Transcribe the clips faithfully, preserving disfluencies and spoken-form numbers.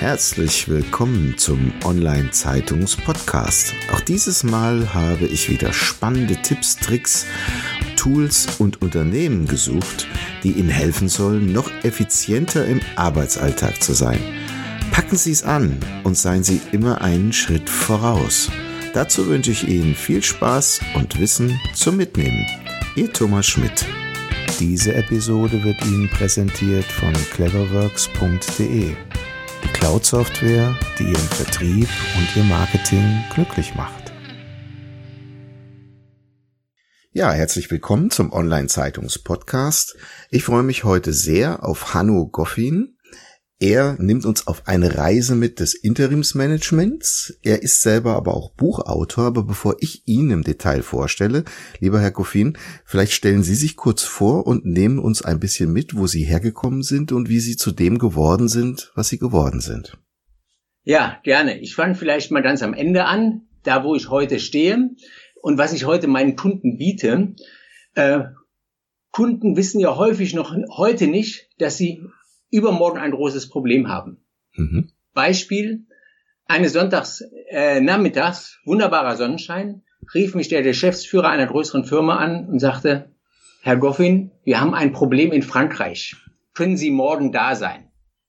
Herzlich willkommen zum Online-Zeitungs-Podcast. Auch dieses Mal habe ich wieder spannende Tipps, Tricks, Tools und Unternehmen gesucht, die Ihnen helfen sollen, noch effizienter im Arbeitsalltag zu sein. Packen Sie es an und seien Sie immer einen Schritt voraus. Dazu wünsche ich Ihnen viel Spaß und Wissen zum Mitnehmen. Ihr Thomas Schmidt. Diese Episode wird Ihnen präsentiert von cleverworks punkt de. Die Cloud-Software, die Ihren Vertrieb und Ihr Marketing glücklich macht. Ja, herzlich willkommen zum Online-Zeitungs-Podcast. Ich freue mich heute sehr auf Hanno Goffin. Er nimmt uns auf eine Reise mit des Interimsmanagements. Er ist selber aber auch Buchautor. Aber bevor ich ihn im Detail vorstelle, lieber Herr Goffin, vielleicht stellen Sie sich kurz vor und nehmen uns ein bisschen mit, wo Sie hergekommen sind und wie Sie zu dem geworden sind, was Sie geworden sind. Ja, gerne. Ich fange vielleicht mal ganz am Ende an, da wo ich heute stehe und was ich heute meinen Kunden biete. Äh, Kunden wissen ja häufig noch heute nicht, dass sie übermorgen ein großes Problem haben. Mhm. Beispiel, eines Sonntags äh, nachmittags, wunderbarer Sonnenschein, rief mich der Geschäftsführer einer größeren Firma an und sagte, Herr Goffin, wir haben ein Problem in Frankreich. Können Sie morgen da sein?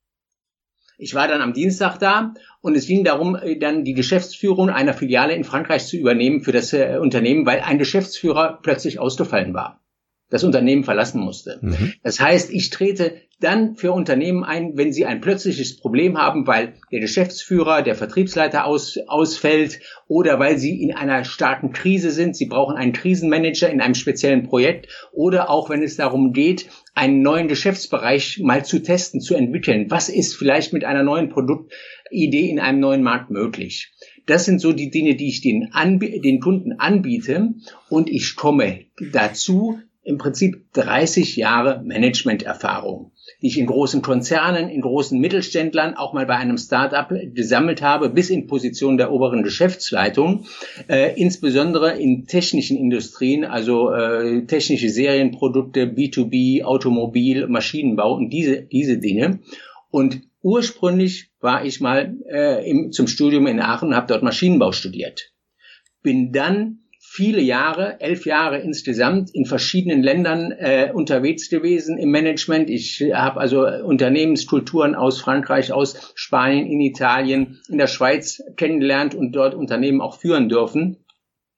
Ich war dann am Dienstag da und es ging darum, dann die Geschäftsführung einer Filiale in Frankreich zu übernehmen für das äh, Unternehmen, weil ein Geschäftsführer plötzlich ausgefallen war, das Unternehmen verlassen musste. Mhm. Das heißt, ich trete dann für Unternehmen ein, wenn sie ein plötzliches Problem haben, weil der Geschäftsführer, der Vertriebsleiter aus, ausfällt oder weil sie in einer starken Krise sind. Sie brauchen einen Krisenmanager in einem speziellen Projekt oder auch, wenn es darum geht, einen neuen Geschäftsbereich mal zu testen, zu entwickeln. Was ist vielleicht mit einer neuen Produktidee in einem neuen Markt möglich? Das sind so die Dinge, die ich den, Anb- den Kunden anbiete und ich komme dazu, im Prinzip dreißig Jahre Managementerfahrung, die ich in großen Konzernen, in großen Mittelständlern, auch mal bei einem Start-up gesammelt habe, bis in Position der oberen Geschäftsleitung, äh, insbesondere in technischen Industrien, also äh, technische Serienprodukte, B zwei B, Automobil, Maschinenbau und diese diese Dinge. Und ursprünglich war ich mal äh, im, zum Studium in Aachen und habe dort Maschinenbau studiert. Bin dann viele Jahre, elf Jahre insgesamt in verschiedenen Ländern äh, unterwegs gewesen im Management. Ich habe also Unternehmenskulturen aus Frankreich, aus Spanien, in Italien, in der Schweiz kennengelernt und dort Unternehmen auch führen dürfen,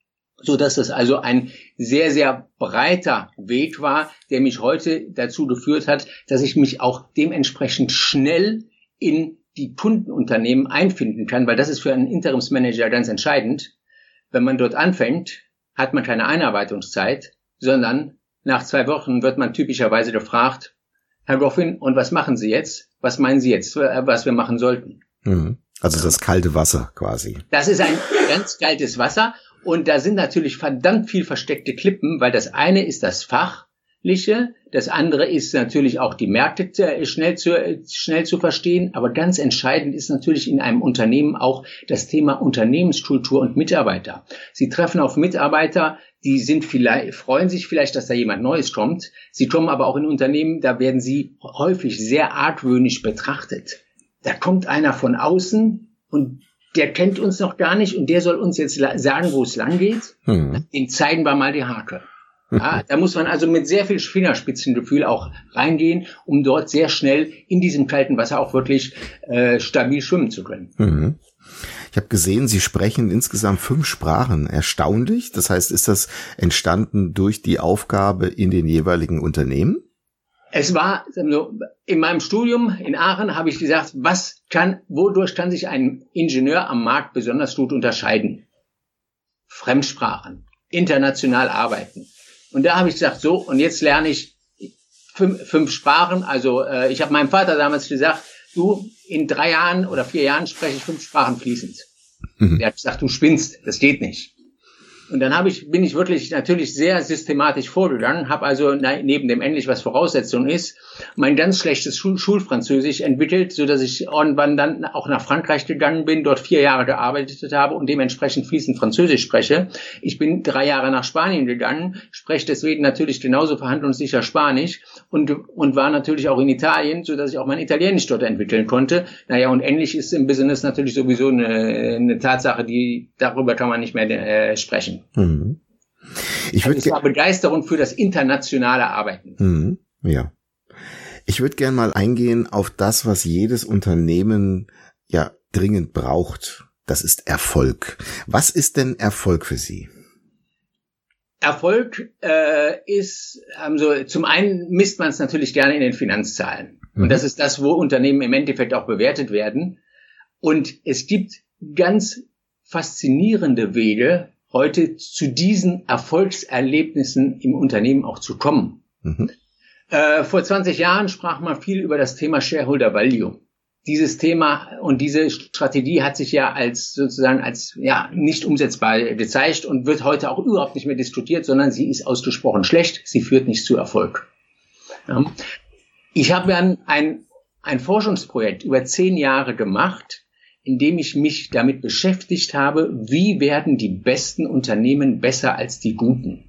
so dass das also ein sehr, sehr breiter Weg war, der mich heute dazu geführt hat, dass ich mich auch dementsprechend schnell in die Kundenunternehmen einfinden kann, weil das ist für einen Interimsmanager ganz entscheidend. Wenn man dort anfängt, hat man keine Einarbeitungszeit, sondern nach zwei Wochen wird man typischerweise gefragt, Herr Goffin, und was machen Sie jetzt? Was meinen Sie jetzt, was wir machen sollten? Also das kalte Wasser quasi. Das ist ein ganz kaltes Wasser und da sind natürlich verdammt viel versteckte Klippen, weil das eine ist das Fachliche, das andere ist natürlich auch die Märkte schnell zu, schnell zu verstehen, aber ganz entscheidend ist natürlich in einem Unternehmen auch das Thema Unternehmenskultur und Mitarbeiter. Sie treffen auf Mitarbeiter, die sind vielleicht, freuen sich vielleicht, dass da jemand Neues kommt. Sie kommen aber auch in Unternehmen, da werden sie häufig sehr argwöhnisch betrachtet. Da kommt einer von außen und der kennt uns noch gar nicht und der soll uns jetzt sagen, wo es lang geht. Hm. Dem zeigen wir mal die Hake. Ja, da muss man also mit sehr viel Fingerspitzengefühl auch reingehen, um dort sehr schnell in diesem kalten Wasser auch wirklich äh, stabil schwimmen zu können. Mhm. Ich habe gesehen, Sie sprechen insgesamt fünf Sprachen. Erstaunlich. Das heißt, ist das entstanden durch die Aufgabe in den jeweiligen Unternehmen? Es war, in meinem Studium in Aachen habe ich gesagt, was kann, wodurch kann sich ein Ingenieur am Markt besonders gut unterscheiden? Fremdsprachen, international arbeiten. Und da habe ich gesagt, so, und jetzt lerne ich fünf, fünf Sprachen. Also äh, ich habe meinem Vater damals gesagt, du, in drei Jahren oder vier Jahren spreche ich fünf Sprachen fließend. Mhm. Der hat gesagt, du spinnst, das geht nicht. Und dann habe ich, bin ich wirklich natürlich sehr systematisch vorgegangen, habe also neben dem Englisch, was Voraussetzung ist, mein ganz schlechtes Schul- Schulfranzösisch entwickelt, so dass ich irgendwann dann auch nach Frankreich gegangen bin, dort vier Jahre gearbeitet habe und dementsprechend fließend Französisch spreche. Ich bin drei Jahre nach Spanien gegangen, spreche deswegen natürlich genauso verhandlungssicher Spanisch und, und war natürlich auch in Italien, so dass ich auch mein Italienisch dort entwickeln konnte. Naja, und Englisch ist im Business natürlich sowieso eine, eine Tatsache, die, darüber kann man nicht mehr äh, sprechen. Mhm. Ich also es war Begeisterung für das internationale Arbeiten. Mhm, ja. Ich würde gerne mal eingehen auf das, was jedes Unternehmen ja dringend braucht. Das ist Erfolg. Was ist denn Erfolg für Sie? Erfolg äh, ist, also zum einen misst man es natürlich gerne in den Finanzzahlen. Mhm. Und das ist das, wo Unternehmen im Endeffekt auch bewertet werden. Und es gibt ganz faszinierende Wege, heute zu diesen Erfolgserlebnissen im Unternehmen auch zu kommen. Mhm. Äh, vor zwanzig Jahren sprach man viel über das Thema Shareholder Value. Dieses Thema und diese Strategie hat sich ja als sozusagen als ja nicht umsetzbar gezeigt und wird heute auch überhaupt nicht mehr diskutiert, sondern sie ist ausgesprochen schlecht. Sie führt nicht zu Erfolg. Ja. Ich habe dann ein, ein Forschungsprojekt über zehn Jahre gemacht, indem ich mich damit beschäftigt habe, wie werden die besten Unternehmen besser als die guten.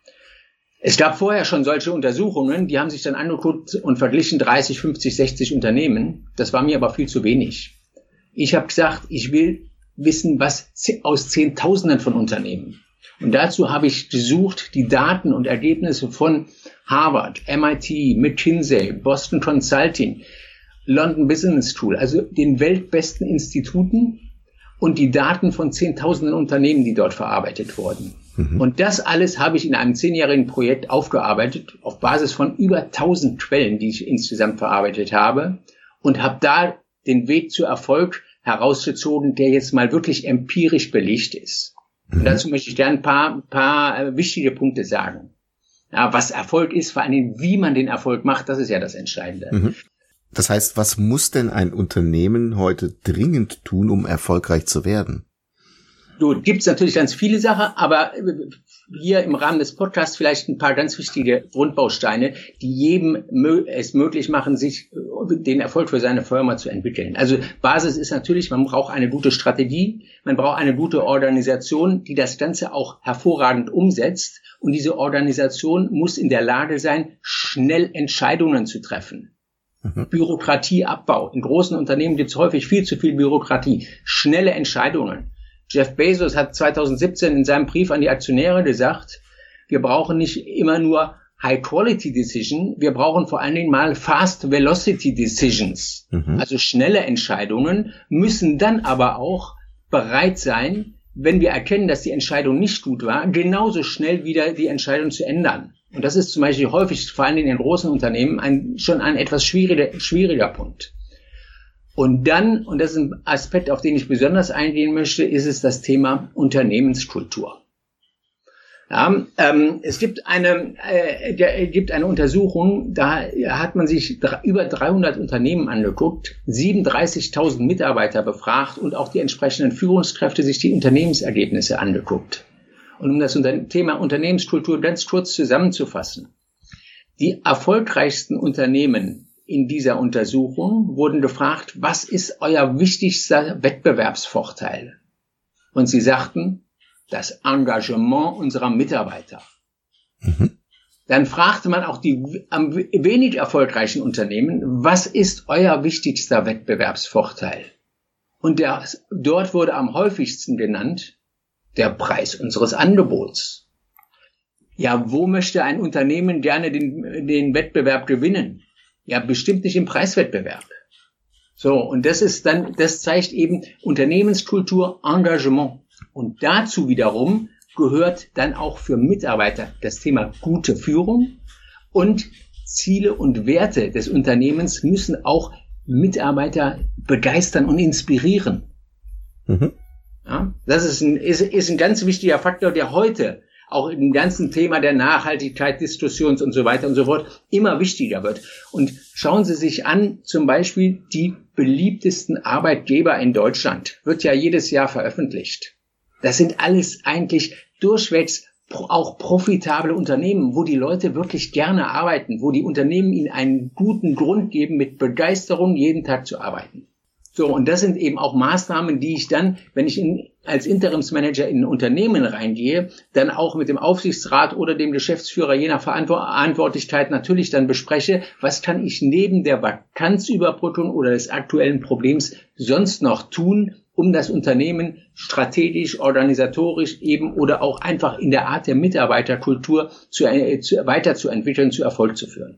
Es gab vorher schon solche Untersuchungen, die haben sich dann angeguckt und verglichen dreißig, fünfzig, sechzig Unternehmen. Das war mir aber viel zu wenig. Ich habe gesagt, ich will wissen, was aus Zehntausenden von Unternehmen. Und dazu habe ich gesucht, die Daten und Ergebnisse von Harvard, M I T, McKinsey, Boston Consulting, London Business School, also den weltbesten Instituten und die Daten von zehntausenden Unternehmen, die dort verarbeitet wurden. Mhm. Und das alles habe ich in einem zehnjährigen Projekt aufgearbeitet, auf Basis von über tausend Quellen, die ich insgesamt verarbeitet habe und habe da den Weg zu Erfolg herausgezogen, der jetzt mal wirklich empirisch belegt ist. Mhm. Und dazu möchte ich gerne ein paar, paar wichtige Punkte sagen. Ja, was Erfolg ist, vor allem wie man den Erfolg macht, das ist ja das Entscheidende. Mhm. Das heißt, was muss denn ein Unternehmen heute dringend tun, um erfolgreich zu werden? Du, gibt's natürlich ganz viele Sachen, aber hier im Rahmen des Podcasts vielleicht ein paar ganz wichtige Grundbausteine, die jedem es möglich machen, sich den Erfolg für seine Firma zu entwickeln. Also Basis ist natürlich, man braucht eine gute Strategie, man braucht eine gute Organisation, die das Ganze auch hervorragend umsetzt. Und diese Organisation muss in der Lage sein, schnell Entscheidungen zu treffen. Bürokratieabbau. In großen Unternehmen gibt es häufig viel zu viel Bürokratie. Schnelle Entscheidungen. Jeff Bezos hat zweitausendsiebzehn in seinem Brief an die Aktionäre gesagt, wir brauchen nicht immer nur High-Quality-Decision, wir brauchen vor allen Dingen mal Fast-Velocity-Decisions. Mhm. Also schnelle Entscheidungen müssen dann aber auch bereit sein, wenn wir erkennen, dass die Entscheidung nicht gut war, genauso schnell wieder die Entscheidung zu ändern. Und das ist zum Beispiel häufig, vor allem in den großen Unternehmen, ein, schon ein etwas schwieriger, schwieriger Punkt. Und dann, und das ist ein Aspekt, auf den ich besonders eingehen möchte, ist es das Thema Unternehmenskultur. Ja, ähm, es gibt eine, äh, der, gibt eine Untersuchung, da hat man sich drei, über dreihundert Unternehmen angeguckt, siebenunddreißigtausend Mitarbeiter befragt und auch die entsprechenden Führungskräfte sich die Unternehmensergebnisse angeguckt. Und um das Thema Unternehmenskultur ganz kurz zusammenzufassen. Die erfolgreichsten Unternehmen in dieser Untersuchung wurden gefragt, was ist euer wichtigster Wettbewerbsvorteil? Und sie sagten, das Engagement unserer Mitarbeiter. Mhm. Dann fragte man auch die am wenig erfolgreichen Unternehmen, was ist euer wichtigster Wettbewerbsvorteil? Und der, dort wurde am häufigsten genannt, der Preis unseres Angebots. Ja, wo möchte ein Unternehmen gerne den, den Wettbewerb gewinnen? Ja, bestimmt nicht im Preiswettbewerb. So, und das ist dann, das zeigt eben Unternehmenskultur, Engagement. Und dazu wiederum gehört dann auch für Mitarbeiter das Thema gute Führung und Ziele und Werte des Unternehmens müssen auch Mitarbeiter begeistern und inspirieren. Mhm. Ja, das ist ein, ist, ist ein ganz wichtiger Faktor, der heute auch im ganzen Thema der Nachhaltigkeit, Diskussions und so weiter und so fort immer wichtiger wird. Und schauen Sie sich an, zum Beispiel die beliebtesten Arbeitgeber in Deutschland, wird ja jedes Jahr veröffentlicht. Das sind alles eigentlich durchwegs auch profitable Unternehmen, wo die Leute wirklich gerne arbeiten, wo die Unternehmen ihnen einen guten Grund geben, mit Begeisterung jeden Tag zu arbeiten. So, und das sind eben auch Maßnahmen, die ich dann, wenn ich in, als Interimsmanager in ein Unternehmen reingehe, dann auch mit dem Aufsichtsrat oder dem Geschäftsführer je nach Verantwortlichkeit natürlich dann bespreche, was kann ich neben der Vakanzüberbrückung oder des aktuellen Problems sonst noch tun, um das Unternehmen strategisch, organisatorisch eben oder auch einfach in der Art der Mitarbeiterkultur zu, äh, zu, weiterzuentwickeln, zu Erfolg zu führen.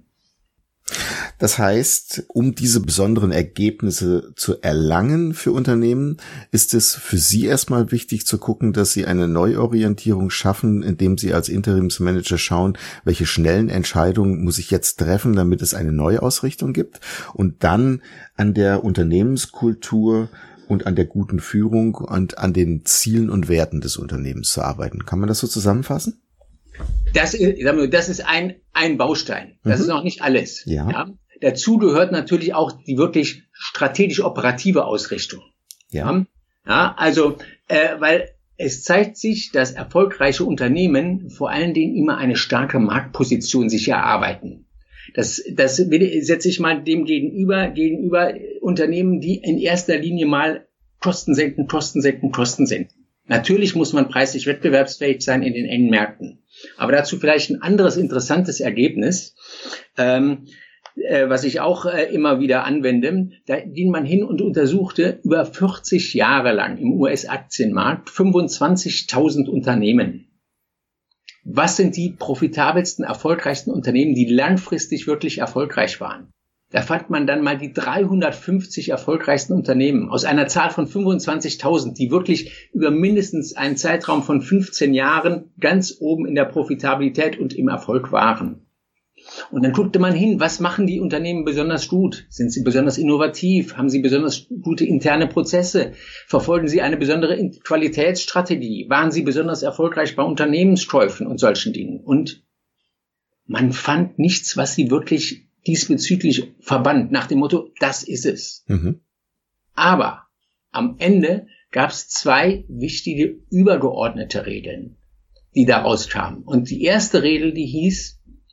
Das heißt, um diese besonderen Ergebnisse zu erlangen für Unternehmen, ist es für Sie erstmal wichtig zu gucken, dass Sie eine Neuorientierung schaffen, indem Sie als Interimsmanager schauen, welche schnellen Entscheidungen muss ich jetzt treffen, damit es eine Neuausrichtung gibt, und dann an der Unternehmenskultur und an der guten Führung und an den Zielen und Werten des Unternehmens zu arbeiten. Kann man das so zusammenfassen? Das, das ist ein, ein Baustein. Das mhm. ist noch nicht alles. Ja. Ja. Dazu gehört natürlich auch die wirklich strategisch-operative Ausrichtung. Ja. Ja, also, äh, weil es zeigt sich, dass erfolgreiche Unternehmen vor allen Dingen immer eine starke Marktposition sich erarbeiten. Das, das setze ich mal dem gegenüber, gegenüber Unternehmen, die in erster Linie mal Kosten senken, Kosten senken, Kosten senken. Natürlich muss man preislich wettbewerbsfähig sein in den engen Märkten. Aber dazu vielleicht ein anderes interessantes Ergebnis, ähm, äh, was ich auch äh, immer wieder anwende. Da ging man hin und untersuchte über vierzig Jahre lang im U S-Aktienmarkt fünfundzwanzigtausend Unternehmen. Was sind die profitabelsten, erfolgreichsten Unternehmen, die langfristig wirklich erfolgreich waren? Da fand man dann mal die dreihundertfünfzig erfolgreichsten Unternehmen aus einer Zahl von fünfundzwanzigtausend, die wirklich über mindestens einen Zeitraum von fünfzehn Jahren ganz oben in der Profitabilität und im Erfolg waren. Und dann guckte man hin, was machen die Unternehmen besonders gut? Sind sie besonders innovativ? Haben sie besonders gute interne Prozesse? Verfolgen sie eine besondere Qualitätsstrategie? Waren sie besonders erfolgreich bei Unternehmenskäufen und solchen Dingen? Und man fand nichts, was sie wirklich diesbezüglich verband, nach dem Motto, das ist es. Mhm. Aber am Ende gab es zwei wichtige übergeordnete Regeln, die daraus kamen. Und die erste Regel, die hieß,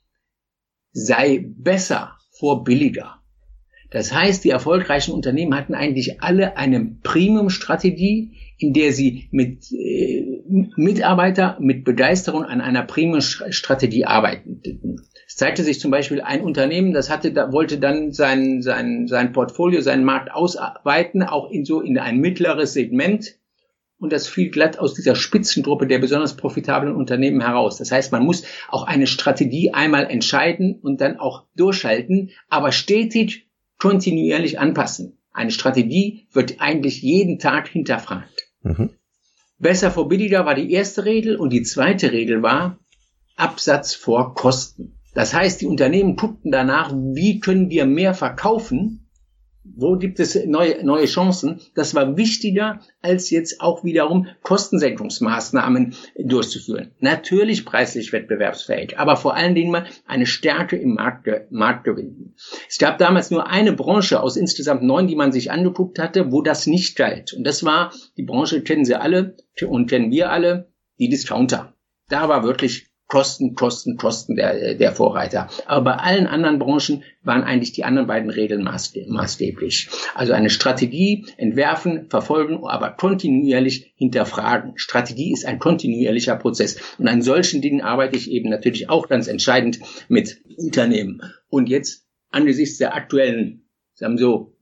sei besser vor billiger. Das heißt, die erfolgreichen Unternehmen hatten eigentlich alle eine Premium-Strategie, in der sie mit äh, Mitarbeiter mit Begeisterung an einer Premium-Strategie arbeiteten. Es zeigte sich zum Beispiel ein Unternehmen, das hatte, da wollte dann sein sein sein Portfolio, seinen Markt ausweiten, auch in so in ein mittleres Segment. Und das fiel glatt aus dieser Spitzengruppe der besonders profitablen Unternehmen heraus. Das heißt, man muss auch eine Strategie einmal entscheiden und dann auch durchhalten, aber stetig kontinuierlich anpassen. Eine Strategie wird eigentlich jeden Tag hinterfragt. Mhm. Besser vor billiger war die erste Regel und die zweite Regel war Absatz vor Kosten. Das heißt, die Unternehmen guckten danach, wie können wir mehr verkaufen, wo gibt es neue, neue Chancen. Das war wichtiger, als jetzt auch wiederum Kostensenkungsmaßnahmen durchzuführen. Natürlich preislich wettbewerbsfähig, aber vor allen Dingen mal eine Stärke im Markt, Markt gewinnen. Es gab damals nur eine Branche aus insgesamt neun, die man sich angeguckt hatte, wo das nicht galt. Und das war, die Branche kennen Sie alle und kennen wir alle, die Discounter. Da war wirklich Kosten, Kosten, Kosten der, der Vorreiter. Aber bei allen anderen Branchen waren eigentlich die anderen beiden Regeln maßgeblich. Also eine Strategie entwerfen, verfolgen, aber kontinuierlich hinterfragen. Strategie ist ein kontinuierlicher Prozess. Und an solchen Dingen arbeite ich eben natürlich auch ganz entscheidend mit Unternehmen. Und jetzt angesichts der aktuellen, sagen wir so,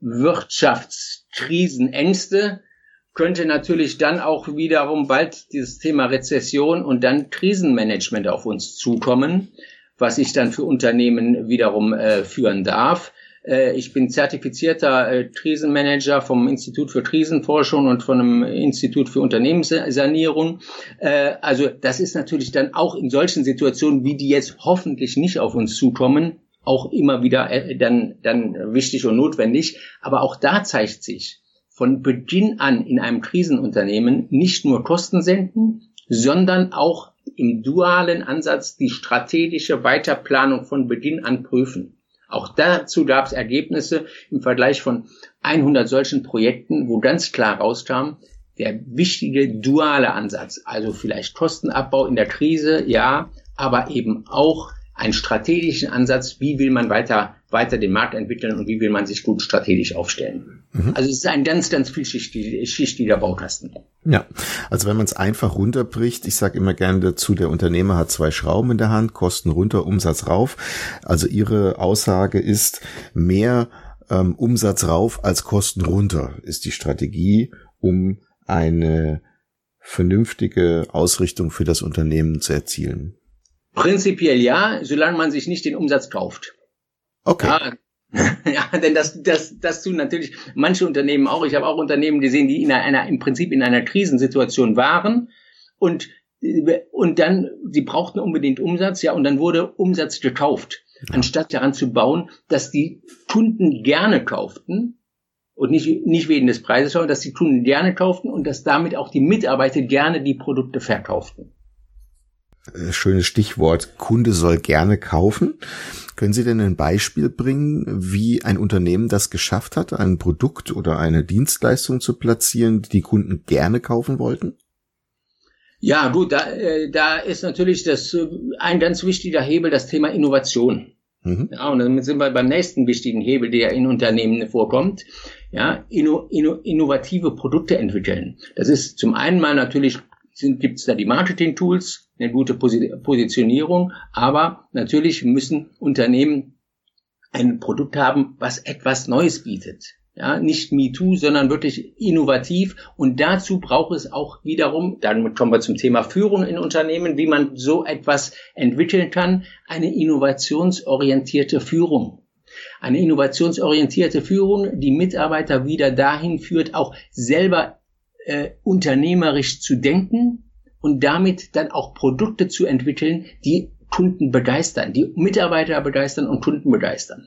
Wirtschaftskrisenängste, könnte natürlich dann auch wiederum bald dieses Thema Rezession und dann Krisenmanagement auf uns zukommen, was ich dann für Unternehmen wiederum äh, führen darf. Äh, ich bin zertifizierter äh, Krisenmanager vom Institut für Krisenforschung und von einem Institut für Unternehmenssanierung. Äh, also das ist natürlich dann auch in solchen Situationen, wie die jetzt hoffentlich nicht auf uns zukommen, auch immer wieder äh, dann, dann wichtig und notwendig. Aber auch da zeigt sich, von Beginn an in einem Krisenunternehmen nicht nur Kosten senken, sondern auch im dualen Ansatz die strategische Weiterplanung von Beginn an prüfen. Auch dazu gab es Ergebnisse im Vergleich von hundert solchen Projekten, wo ganz klar rauskam, der wichtige duale Ansatz. Also vielleicht Kostenabbau in der Krise, ja, aber eben auch einen strategischen Ansatz, wie will man weiter, weiter den Markt entwickeln und wie will man sich gut strategisch aufstellen. Mhm. Also es ist ein ganz, ganz vielschichtiger Baukasten. Ja, also wenn man es einfach runterbricht, ich sage immer gerne dazu, der Unternehmer hat zwei Schrauben in der Hand, Kosten runter, Umsatz rauf. Also Ihre Aussage ist, mehr ähm, Umsatz rauf als Kosten runter ist die Strategie, um eine vernünftige Ausrichtung für das Unternehmen zu erzielen. Prinzipiell ja, solange man sich nicht den Umsatz kauft. Okay. Ja, ja, denn das, das, das tun natürlich manche Unternehmen auch. Ich habe auch Unternehmen gesehen, die in einer, im Prinzip in einer Krisensituation waren und, und dann, sie brauchten unbedingt Umsatz, ja, und dann wurde Umsatz gekauft, ja. Anstatt daran zu bauen, dass die Kunden gerne kauften und nicht, nicht wegen des Preises, sondern dass die Kunden gerne kauften und dass damit auch die Mitarbeiter gerne die Produkte verkauften. Schönes Stichwort, Kunde soll gerne kaufen. Können Sie denn ein Beispiel bringen, wie ein Unternehmen das geschafft hat, ein Produkt oder eine Dienstleistung zu platzieren, die die Kunden gerne kaufen wollten? Ja, gut, da, äh, da ist natürlich das äh, ein ganz wichtiger Hebel, das Thema Innovation. Mhm. Ja, und damit sind wir beim nächsten wichtigen Hebel, der in Unternehmen vorkommt. Ja, inno, inno, innovative Produkte entwickeln. Das ist zum einen mal natürlich, gibt es da die Marketing-Tools, eine gute Positionierung, aber natürlich müssen Unternehmen ein Produkt haben, was etwas Neues bietet. Ja, nicht MeToo, sondern wirklich innovativ. Und dazu braucht es auch wiederum, dann kommen wir zum Thema Führung in Unternehmen, wie man so etwas entwickeln kann, eine innovationsorientierte Führung. Eine innovationsorientierte Führung, die Mitarbeiter wieder dahin führt, auch selber äh, unternehmerisch zu denken und damit dann auch Produkte zu entwickeln, die Kunden begeistern, die Mitarbeiter begeistern und Kunden begeistern.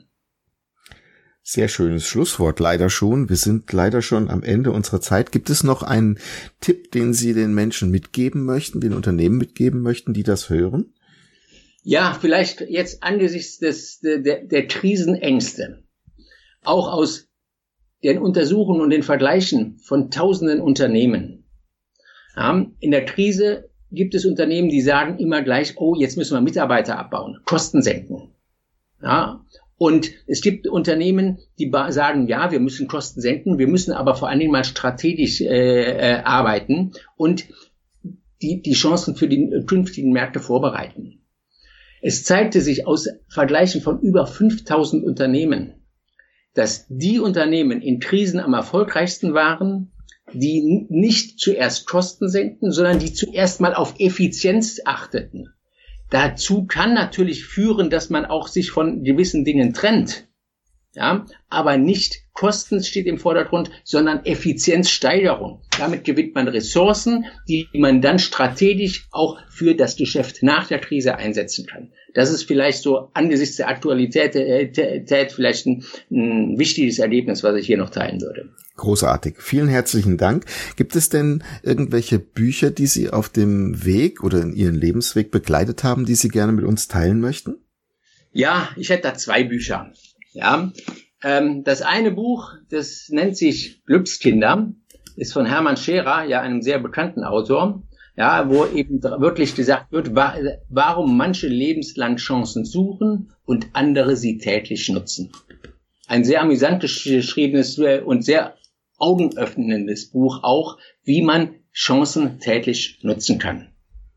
Sehr schönes Schlusswort, leider schon. Wir sind leider schon am Ende unserer Zeit. Gibt es noch einen Tipp, den Sie den Menschen mitgeben möchten, den Unternehmen mitgeben möchten, die das hören? Ja, vielleicht jetzt angesichts des, der, der Krisenängste, auch aus den Untersuchungen und den Vergleichen von tausenden Unternehmen. Ja, in der Krise gibt es Unternehmen, die sagen immer gleich, oh, jetzt müssen wir Mitarbeiter abbauen, Kosten senken. Ja, und es gibt Unternehmen, die sagen, ja, wir müssen Kosten senken, wir müssen aber vor allen Dingen mal strategisch äh, äh, arbeiten und die, die Chancen für die künftigen Märkte vorbereiten. Es zeigte sich aus Vergleichen von über fünftausend Unternehmen, dass die Unternehmen in Krisen am erfolgreichsten waren, die nicht zuerst Kosten senkten, sondern die zuerst mal auf Effizienz achteten. Dazu kann natürlich führen, dass man auch sich von gewissen Dingen trennt. Ja, aber nicht Kosten steht im Vordergrund, sondern Effizienzsteigerung. Damit gewinnt man Ressourcen, die man dann strategisch auch für das Geschäft nach der Krise einsetzen kann. Das ist vielleicht so angesichts der Aktualität äh, vielleicht ein, ein wichtiges Erlebnis, was ich hier noch teilen würde. Großartig. Vielen herzlichen Dank. Gibt es denn irgendwelche Bücher, die Sie auf dem Weg oder in Ihren Lebensweg begleitet haben, die Sie gerne mit uns teilen möchten? Ja, ich hätte da zwei Bücher. Ja, ähm, das eine Buch, das nennt sich Glückskinder, ist von Hermann Scherer, ja einem sehr bekannten Autor, ja, wo eben wirklich gesagt wird, wa- warum manche lebenslang Chancen suchen und andere sie täglich nutzen. Ein sehr amüsant geschriebenes und sehr augenöffnendes Buch auch, wie man Chancen täglich nutzen kann.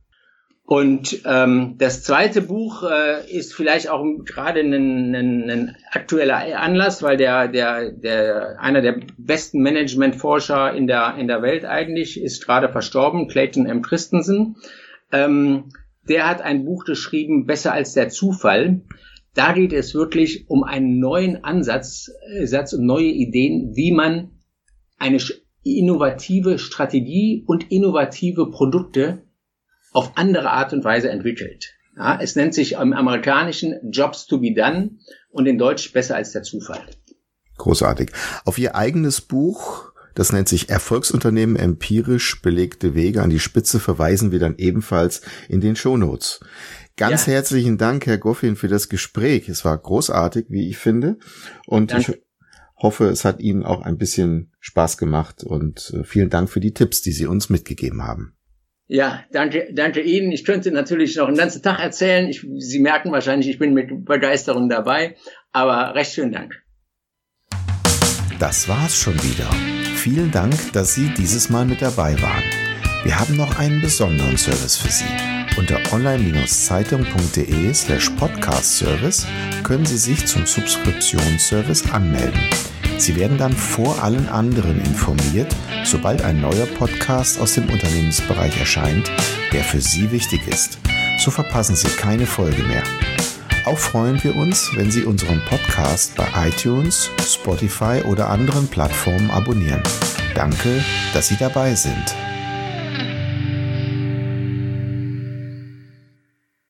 Und ähm, das zweite Buch äh, ist vielleicht auch gerade ein, ein, ein aktueller Anlass, weil der der der einer der besten Managementforscher in der in der Welt eigentlich ist gerade verstorben, Clayton M. Christensen. Ähm, der hat ein Buch geschrieben, Besser als der Zufall. Da geht es wirklich um einen neuen Ansatz, äh, Satz und neue Ideen, wie man eine innovative Strategie und innovative Produkte auf andere Art und Weise entwickelt. Ja, es nennt sich im Amerikanischen Jobs to be done und in Deutsch Besser als der Zufall. Großartig. Auf Ihr eigenes Buch, das nennt sich Erfolgsunternehmen empirisch belegte Wege an die Spitze, verweisen wir dann ebenfalls in den Shownotes. Ganz ja. herzlichen Dank, Herr Goffin, für das Gespräch. Es war großartig, wie ich finde. Und Danke. Ich hoffe, es hat Ihnen auch ein bisschen Spaß gemacht und vielen Dank für die Tipps, die Sie uns mitgegeben haben. Ja, danke, danke Ihnen. Ich könnte natürlich noch einen ganzen Tag erzählen. Ich, Sie merken wahrscheinlich, ich bin mit Begeisterung dabei, aber recht schönen Dank. Das war's schon wieder. Vielen Dank, dass Sie dieses Mal mit dabei waren. Wir haben noch einen besonderen Service für Sie. Unter online-zeitung.de slash podcast-service können Sie sich zum Subskriptionsservice anmelden. Sie werden dann vor allen anderen informiert, sobald ein neuer Podcast aus dem Unternehmensbereich erscheint, der für Sie wichtig ist. So verpassen Sie keine Folge mehr. Auch freuen wir uns, wenn Sie unseren Podcast bei iTunes, Spotify oder anderen Plattformen abonnieren. Danke, dass Sie dabei sind.